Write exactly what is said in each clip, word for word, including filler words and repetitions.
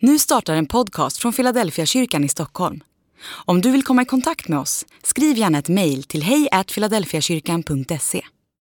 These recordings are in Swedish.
Nu startar en podcast från Philadelphia kyrkan i Stockholm. Om du vill komma i kontakt med oss, skriv gärna ett mejl till hej at philadelphiakyrkan punkt se.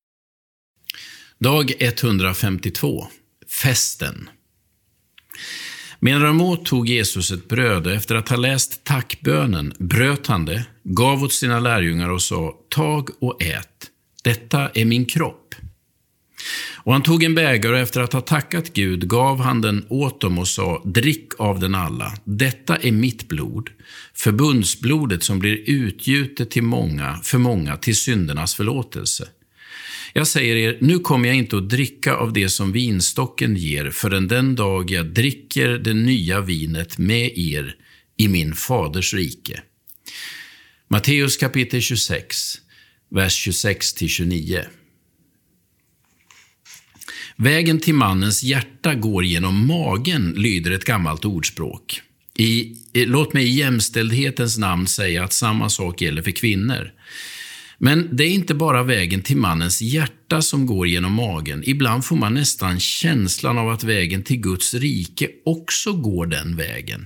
Dag etthundrafemtiotvå. Festen. Medan de åt tog Jesus ett bröd och efter att ha läst tackbönen bröt han det, gav åt sina lärjungar och sa: tag och ät, detta är min kropp. Och han tog en bägare och efter att ha tackat Gud gav han den åt dem och sa: drick av den alla, detta är mitt blod, förbundsblodet som blir utgjutet till många, för många till syndernas förlåtelse. Jag säger er, nu kommer jag inte att dricka av det som vinstocken ger förrän den dag jag dricker det nya vinet med er i min faders rike. Matteus kapitel tjugosex, vers tjugosex till tjugonio. Vägen till mannens hjärta går genom magen, lyder ett gammalt ordspråk. I, låt mig i jämställdhetens namn säga att samma sak gäller för kvinnor. Men det är inte bara vägen till mannens hjärta som går genom magen. Ibland får man nästan känslan av att vägen till Guds rike också går den vägen.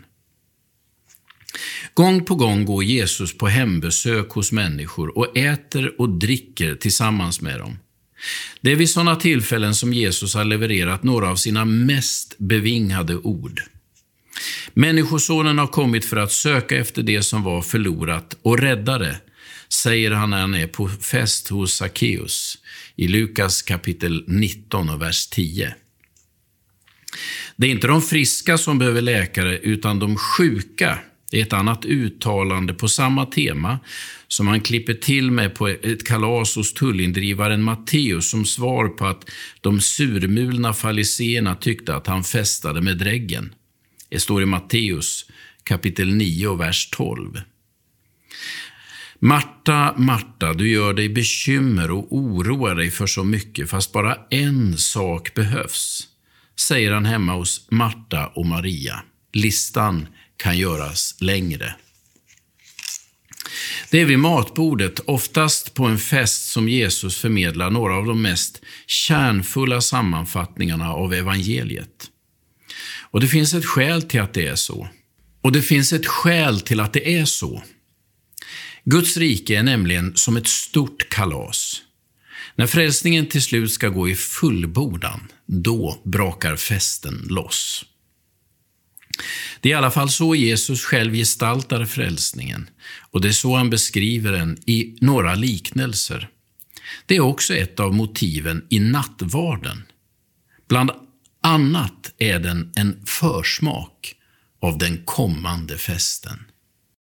Gång på gång går Jesus på hembesök hos människor och äter och dricker tillsammans med dem. Det är vid sådana tillfällen som Jesus har levererat några av sina mest bevingade ord. Människosonen har kommit för att söka efter det som var förlorat och rädda det, säger han när han är på fest hos Sackeus i Lukas kapitel nitton och vers tio. Det är inte de friska som behöver läkare utan de sjuka. Det är ett annat uttalande på samma tema som han klipper till med på ett kalas hos tullindrivaren Matteus som svar på att de surmulna fariséerna tyckte att han festade med dräggen. Det står i Matteus kapitel nio och vers tolv. Marta, Marta, du gör dig bekymmer och oroar dig för så mycket fast bara en sak behövs, säger han hemma hos Marta och Maria. Listan kan göras längre. Det är vid matbordet, oftast på en fest, som Jesus förmedlar några av de mest kärnfulla sammanfattningarna av evangeliet. Och det finns ett skäl till att det är så. Och det finns ett skäl till att det är så. Guds rike är nämligen som ett stort kalas. När frälsningen till slut ska gå i fullbordan, då brakar festen loss. Det är i alla fall så Jesus själv gestaltar frälsningen, och det är så han beskriver den i några liknelser. Det är också ett av motiven i nattvarden. Bland annat är den en försmak av den kommande festen.